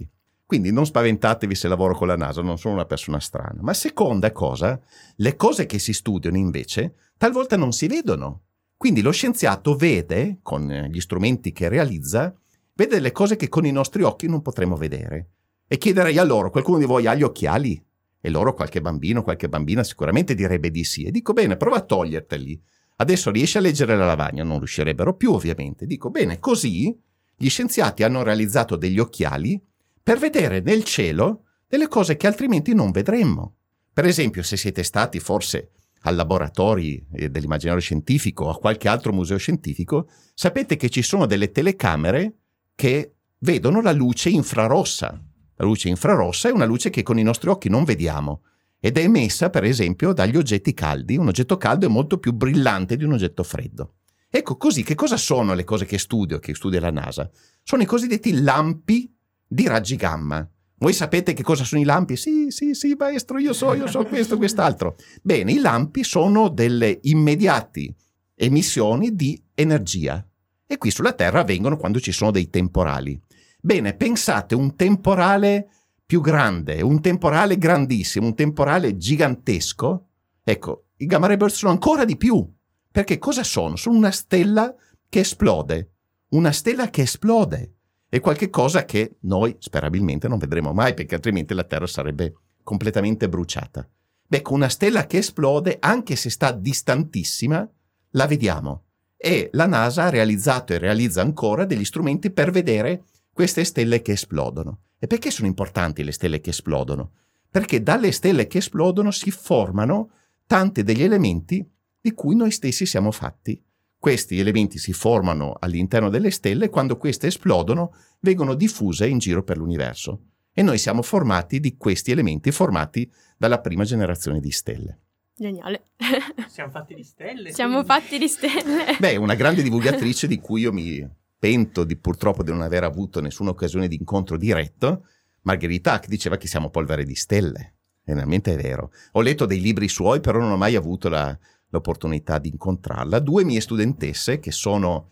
Quindi non spaventatevi se lavoro con la NASA, non sono una persona strana. Ma seconda cosa, le cose che si studiano invece talvolta non si vedono. Quindi lo scienziato vede, con gli strumenti che realizza, vede le cose che con i nostri occhi non potremo vedere. E chiederei a loro, qualcuno di voi ha gli occhiali? E loro, qualche bambino, qualche bambina sicuramente direbbe di sì. E dico, bene, prova a toglierteli. Adesso riesci a leggere la lavagna? Non riuscirebbero più, ovviamente. Dico, bene, così gli scienziati hanno realizzato degli occhiali per vedere nel cielo delle cose che altrimenti non vedremmo. Per esempio, se siete stati forse al laboratori dell'immaginario scientifico o a qualche altro museo scientifico, sapete che ci sono delle telecamere che vedono la luce infrarossa. La luce infrarossa è una luce che con i nostri occhi non vediamo ed è emessa, per esempio, dagli oggetti caldi. Un oggetto caldo è molto più brillante di un oggetto freddo. Ecco, così, che cosa sono le cose che studia la NASA? Sono i cosiddetti lampi di raggi gamma. Voi sapete che cosa sono i lampi? Sì, maestro, io so questo, quest'altro. Bene, i lampi sono delle immediate emissioni di energia e qui sulla Terra avvengono quando ci sono dei temporali. Bene, pensate un temporale più grande, un temporale grandissimo, un temporale gigantesco. Ecco, i gamma ray burst sono ancora di più. Perché cosa sono? Sono una stella che esplode. Una stella che esplode. È qualche cosa che noi sperabilmente non vedremo mai, perché altrimenti la Terra sarebbe completamente bruciata. Ecco, una stella che esplode, anche se sta distantissima, la vediamo. E la NASA ha realizzato e realizza ancora degli strumenti per vedere queste stelle che esplodono. E perché sono importanti le stelle che esplodono? Perché dalle stelle che esplodono si formano tanti degli elementi di cui noi stessi siamo fatti. Questi elementi si formano all'interno delle stelle e quando queste esplodono vengono diffuse in giro per l'universo. E noi siamo formati di questi elementi formati dalla prima generazione di stelle. Geniale. Siamo fatti di stelle. Siamo fatti di stelle. Beh, una grande divulgatrice di cui io mi pento purtroppo di non aver avuto nessuna occasione di incontro diretto, Margherita Hack diceva che siamo polvere di stelle. E realmente è vero. Ho letto dei libri suoi, però non ho mai avuto l'opportunità di incontrarla. 2 mie studentesse che sono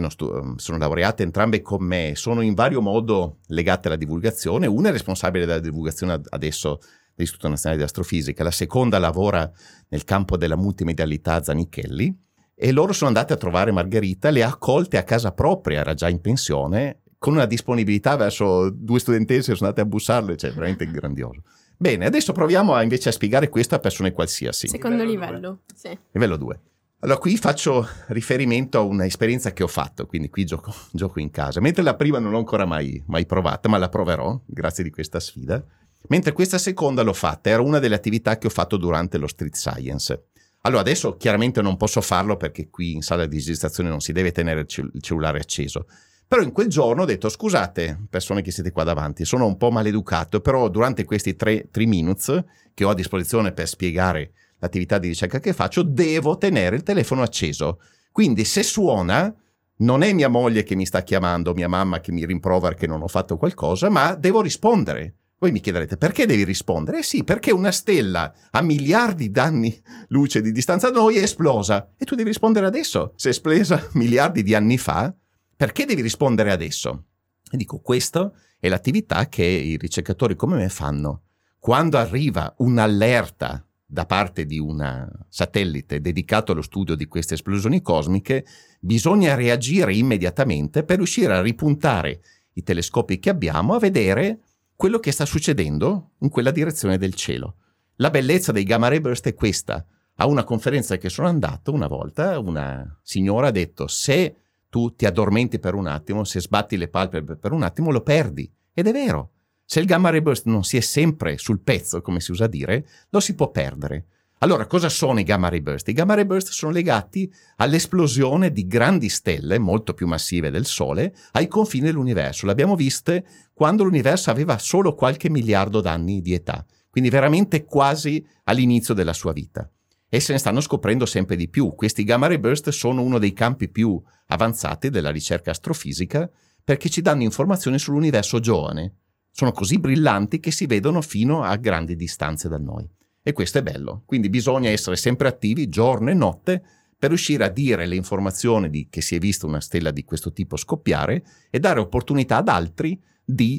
laureate entrambe con me, sono in vario modo legate alla divulgazione. Una è responsabile della divulgazione adesso dell'Istituto Nazionale di Astrofisica, la seconda lavora nel campo della multimedialità a Zanichelli, e loro sono andate a trovare Margherita, le ha accolte a casa propria, era già in pensione, con una disponibilità verso 2 studentesse, sono andate a bussarle, cioè veramente grandioso. Bene, adesso proviamo invece a spiegare questo a persone qualsiasi. Secondo livello, sì. Livello 2. Allora, qui faccio riferimento a un'esperienza che ho fatto, quindi qui gioco in casa. Mentre la prima non l'ho ancora mai provata, ma la proverò, grazie di questa sfida. Mentre questa seconda l'ho fatta, era una delle attività che ho fatto durante lo Street Science. Allora, adesso chiaramente non posso farlo perché qui in sala di registrazione non si deve tenere il cellulare acceso. Però in quel giorno ho detto, scusate, persone che siete qua davanti, sono un po' maleducato, però durante questi 3 minutes che ho a disposizione per spiegare l'attività di ricerca che faccio, devo tenere il telefono acceso. Quindi se suona, non è mia moglie che mi sta chiamando, mia mamma che mi rimprovera che non ho fatto qualcosa, ma devo rispondere. Voi mi chiederete, perché devi rispondere? Sì, perché una stella a miliardi d'anni luce di distanza da noi è esplosa e tu devi rispondere adesso. Se è esplosa miliardi di anni fa, perché devi rispondere adesso? E dico, questa è l'attività che i ricercatori come me fanno. Quando arriva un'allerta da parte di un satellite dedicato allo studio di queste esplosioni cosmiche, bisogna reagire immediatamente per riuscire a ripuntare i telescopi che abbiamo a vedere quello che sta succedendo in quella direzione del cielo. La bellezza dei gamma ray burst è questa. A una conferenza che sono andato una volta, una signora ha detto, se tu ti addormenti per un attimo, se sbatti le palpebre per un attimo, lo perdi. Ed è vero. Se il gamma ray burst non si è sempre sul pezzo, come si usa dire, lo si può perdere. Allora, cosa sono i gamma ray burst? I gamma ray burst sono legati all'esplosione di grandi stelle, molto più massive del Sole, ai confini dell'universo. L'abbiamo viste quando l'universo aveva solo qualche miliardo d'anni di età, quindi veramente quasi all'inizio della sua vita. E se ne stanno scoprendo sempre di più. Questi gamma ray burst sono uno dei campi più avanzati della ricerca astrofisica perché ci danno informazioni sull'universo giovane. Sono così brillanti che si vedono fino a grandi distanze da noi. E questo è bello. Quindi bisogna essere sempre attivi, giorno e notte, per riuscire a dire le informazioni che si è vista una stella di questo tipo scoppiare e dare opportunità ad altri di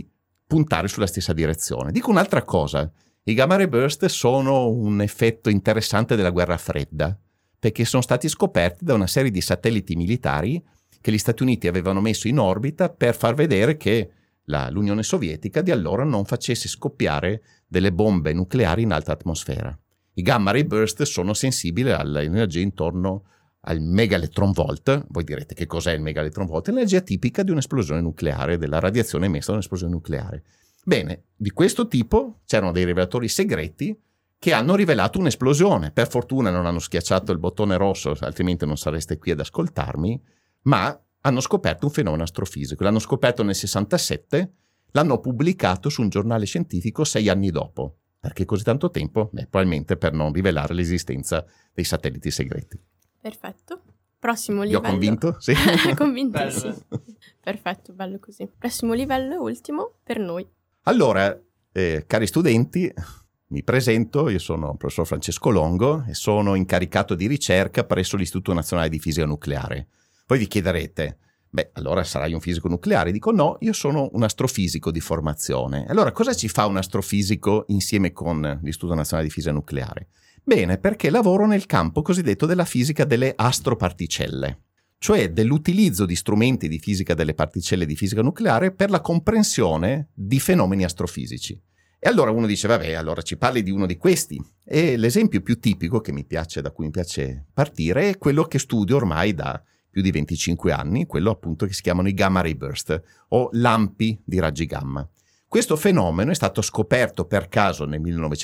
puntare sulla stessa direzione. Dico un'altra cosa, i gamma ray burst sono un effetto interessante della guerra fredda, perché sono stati scoperti da una serie di satelliti militari che gli Stati Uniti avevano messo in orbita per far vedere che l'Unione Sovietica di allora non facesse scoppiare delle bombe nucleari in alta atmosfera. I gamma ray burst sono sensibili all'energia intorno al megaelectronvolt. Voi direte che cos'è il megaelectronvolt? È l'energia tipica di un'esplosione nucleare, della radiazione emessa da un'esplosione nucleare. Bene, di questo tipo c'erano dei rivelatori segreti che hanno rivelato un'esplosione. Per fortuna non hanno schiacciato il bottone rosso, altrimenti non sareste qui ad ascoltarmi, ma hanno scoperto un fenomeno astrofisico. L'hanno scoperto nel 67, l'hanno pubblicato su un giornale scientifico 6 anni dopo. Perché così tanto tempo? Probabilmente per non rivelare l'esistenza dei satelliti segreti. Perfetto. Prossimo livello. Vi ho convinto? Sì. Convintissimo. Perfetto, bello così. Prossimo livello, ultimo, per noi. Allora, cari studenti, mi presento, io sono il professor Francesco Longo e sono incaricato di ricerca presso l'Istituto Nazionale di Fisica Nucleare. Voi vi chiederete, allora sarai un fisico nucleare? Dico no, io sono un astrofisico di formazione. Allora, cosa ci fa un astrofisico insieme con l'Istituto Nazionale di Fisica Nucleare? Bene, perché lavoro nel campo cosiddetto della fisica delle astroparticelle, cioè dell'utilizzo di strumenti di fisica delle particelle di fisica nucleare per la comprensione di fenomeni astrofisici. E allora uno dice, allora ci parli di uno di questi. E l'esempio più tipico da cui mi piace partire è quello che studio ormai da più di 25 anni, quello appunto che si chiamano i gamma ray burst o lampi di raggi gamma. Questo fenomeno è stato scoperto per caso nel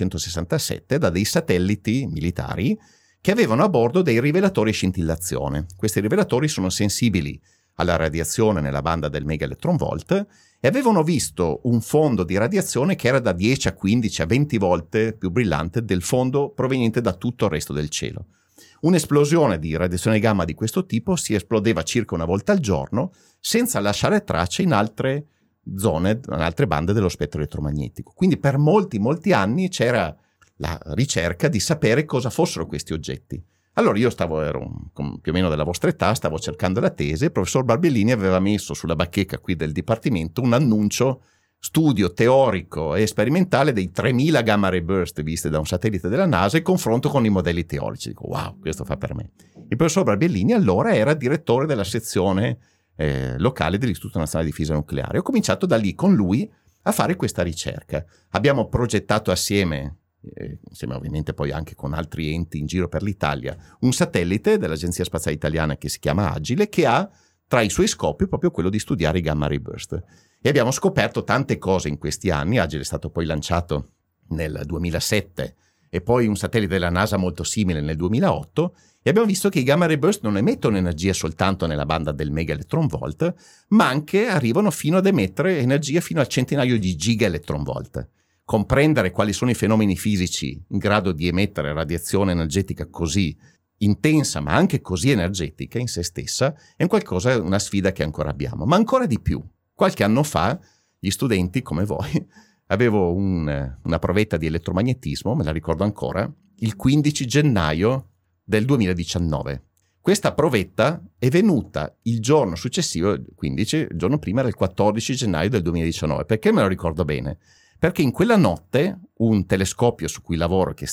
1967 da dei satelliti militari che avevano a bordo dei rivelatori a scintillazione. Questi rivelatori sono sensibili alla radiazione nella banda del megaelectronvolt e avevano visto un fondo di radiazione che era da 10 a 15 a 20 volte più brillante del fondo proveniente da tutto il resto del cielo. Un'esplosione di radiazione gamma di questo tipo si esplodeva circa una volta al giorno senza lasciare tracce in altre zone, in altre bande dello spettro elettromagnetico. Quindi per molti anni c'era la ricerca di sapere cosa fossero questi oggetti. Allora io ero più o meno della vostra età, stavo cercando la tesi, il professor Barbellini aveva messo sulla bacheca qui del dipartimento un annuncio, studio teorico e sperimentale dei 3000 gamma ray burst viste da un satellite della NASA e confronto con i modelli teorici. Dico, wow, questo fa per me. Il professor Barbellini allora era direttore della sezione locale dell'Istituto Nazionale di Fisica Nucleare. Ho cominciato da lì con lui a fare questa ricerca. Abbiamo progettato assieme ovviamente poi anche con altri enti in giro per l'Italia, un satellite dell'Agenzia Spaziale Italiana che si chiama Agile, che ha tra i suoi scopi proprio quello di studiare i gamma ray burst. E abbiamo scoperto tante cose in questi anni. Agile è stato poi lanciato nel 2007 e poi un satellite della NASA molto simile nel 2008, e abbiamo visto che i gamma ray burst non emettono energia soltanto nella banda del megaelectronvolt, ma anche arrivano fino ad emettere energia fino al centinaio di gigaelectronvolt. Comprendere quali sono i fenomeni fisici in grado di emettere radiazione energetica così intensa ma anche così energetica in se stessa è una sfida che ancora abbiamo. Ma ancora di più, qualche anno fa gli studenti come voi avevo una provetta di elettromagnetismo, me la ricordo ancora, il 15 gennaio del 2019. Questa provetta è venuta il giorno successivo, il 15, il giorno prima era il 14 gennaio del 2019. Perché me lo ricordo bene? Perché in quella notte un telescopio su cui lavoro, che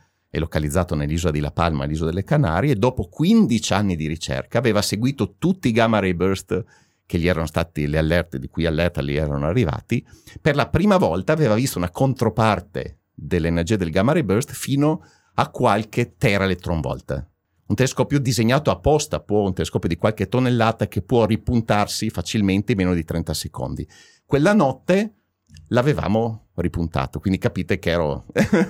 è localizzato nell'isola di La Palma, all'isola delle Canarie, dopo 15 anni di ricerca aveva seguito tutti i gamma ray burst che gli erano stati, le allerte di cui allerta gli erano arrivati. Per la prima volta aveva visto una controparte dell'energia del gamma ray burst fino a qualche teraelectronvolt. Un telescopio disegnato apposta, un telescopio di qualche tonnellata che può ripuntarsi facilmente in meno di 30 secondi. Quella notte l'avevamo ripuntato, quindi capite che ero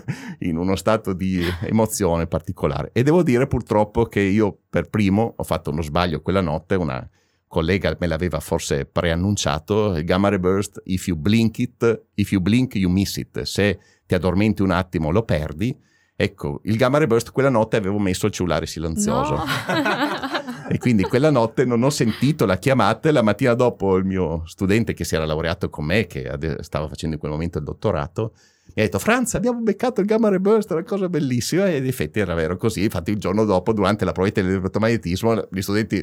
in uno stato di emozione particolare. E devo dire purtroppo che io per primo ho fatto uno sbaglio quella notte, una collega me l'aveva forse preannunciato, il gamma ray burst, if you blink you miss it, se ti addormenti un attimo lo perdi. Ecco, il gamma ray burst quella notte avevo messo il cellulare silenzioso. No. E quindi quella notte non ho sentito la chiamata, e la mattina dopo il mio studente che si era laureato con me, che stava facendo in quel momento il dottorato, mi ha detto: Franz, abbiamo beccato il gamma ray burst, è una cosa bellissima, e in effetti era vero così. Infatti il giorno dopo, durante la provetta dell'elettromagnetismo, gli studenti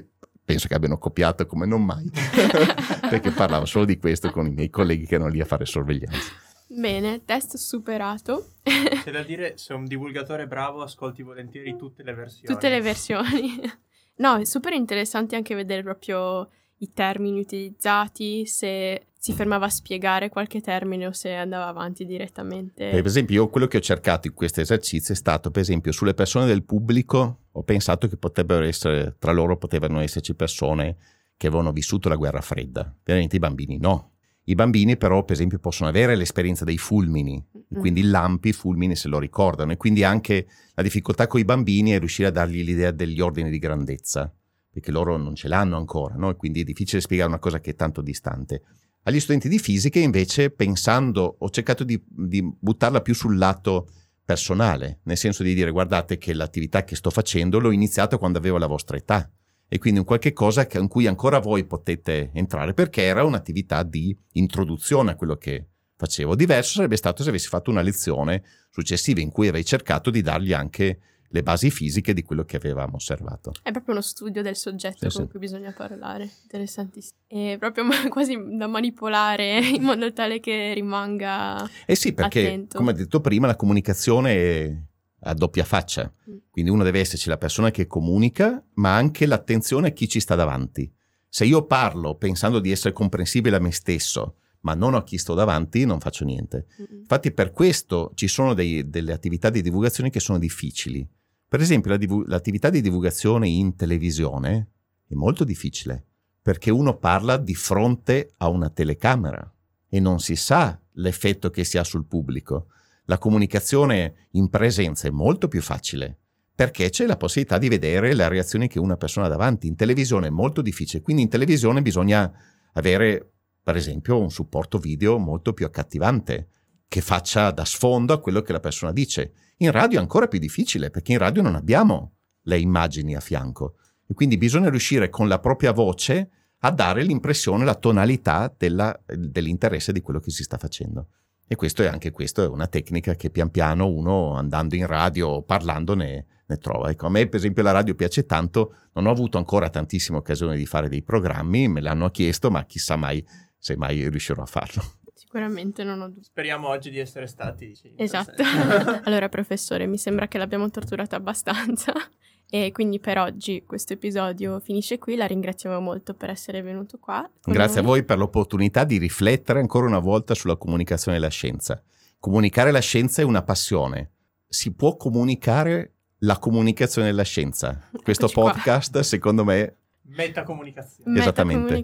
penso che abbiano copiato come non mai, perché parlavo solo di questo con i miei colleghi che erano lì a fare sorveglianza. Bene, test superato. C'è da dire, se un divulgatore bravo ascolti volentieri tutte le versioni. Tutte le versioni. No, è super interessante anche vedere proprio i termini utilizzati, se si fermava a spiegare qualche termine o se andava avanti direttamente. Per esempio, io quello che ho cercato in questo esercizio è stato, per esempio, sulle persone del pubblico, ho pensato che tra loro potevano esserci persone che avevano vissuto la guerra fredda. Ovviamente i bambini no. I bambini però, per esempio, possono avere l'esperienza dei fulmini, quindi i lampi, i fulmini se lo ricordano, e quindi anche la difficoltà con i bambini è riuscire a dargli l'idea degli ordini di grandezza, perché loro non ce l'hanno ancora, no? E quindi è difficile spiegare una cosa che è tanto distante. Agli studenti di fisica invece, pensando, ho cercato di buttarla più sul lato personale, nel senso di dire guardate che l'attività che sto facendo l'ho iniziata quando avevo la vostra età, e quindi un qualche cosa in cui ancora voi potete entrare, perché era un'attività di introduzione a quello che facevo. Diverso sarebbe stato se avessi fatto una lezione successiva in cui avrei cercato di dargli anche le basi fisiche di quello che avevamo osservato. È proprio uno studio del soggetto Sì, con cui bisogna parlare, interessantissimo. È proprio quasi da manipolare in modo tale che rimanga sì, perché attento. Come ho detto prima, la comunicazione è a doppia faccia, quindi uno deve esserci la persona che comunica, ma anche l'attenzione a chi ci sta davanti. Se io parlo pensando di essere comprensibile a me stesso, ma non a chi sto davanti, non faccio niente. Infatti per questo ci sono delle attività di divulgazione che sono difficili. Per esempio l'attività di divulgazione in televisione è molto difficile, perché uno parla di fronte a una telecamera e non si sa l'effetto che si ha sul pubblico. La comunicazione in presenza è molto più facile, perché c'è la possibilità di vedere le reazioni che una persona ha davanti. In televisione è molto difficile, quindi in televisione bisogna avere, per esempio, un supporto video molto più accattivante, che faccia da sfondo a quello che la persona dice. In radio è ancora più difficile, perché in radio non abbiamo le immagini a fianco, e quindi bisogna riuscire con la propria voce a dare l'impressione, la tonalità dell'interesse di quello che si sta facendo. E questo è una tecnica che pian piano uno, andando in radio o parlando, ne trova. Ecco, a me per esempio la radio piace tanto, non ho avuto ancora tantissime occasioni di fare dei programmi, me l'hanno chiesto, ma chissà mai se mai riuscirò a farlo. Sicuramente non ho dubbi. Speriamo oggi di essere stati. Sì, esatto. Allora professore, mi sembra che l'abbiamo torturata abbastanza e quindi per oggi questo episodio finisce qui. La ringraziamo molto per essere venuto qua. Grazie a voi per l'opportunità di riflettere ancora una volta sulla comunicazione e la scienza. Comunicare la scienza è una passione. Si può comunicare la comunicazione e la scienza. Questo podcast, secondo me, metacomunicazione. Esattamente.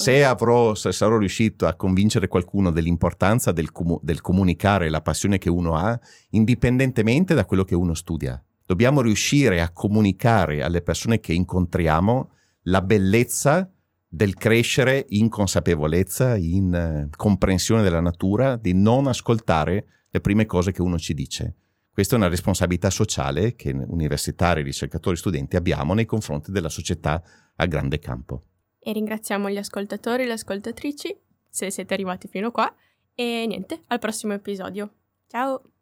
Se sarò riuscito a convincere qualcuno dell'importanza del comunicare la passione che uno ha, indipendentemente da quello che uno studia. Dobbiamo riuscire a comunicare alle persone che incontriamo la bellezza del crescere in consapevolezza, in comprensione della natura, di non ascoltare le prime cose che uno ci dice. Questa è una responsabilità sociale che universitari, ricercatori, studenti abbiamo nei confronti della società a grande campo. E ringraziamo gli ascoltatori e le ascoltatrici se siete arrivati fino qua e niente, al prossimo episodio. Ciao!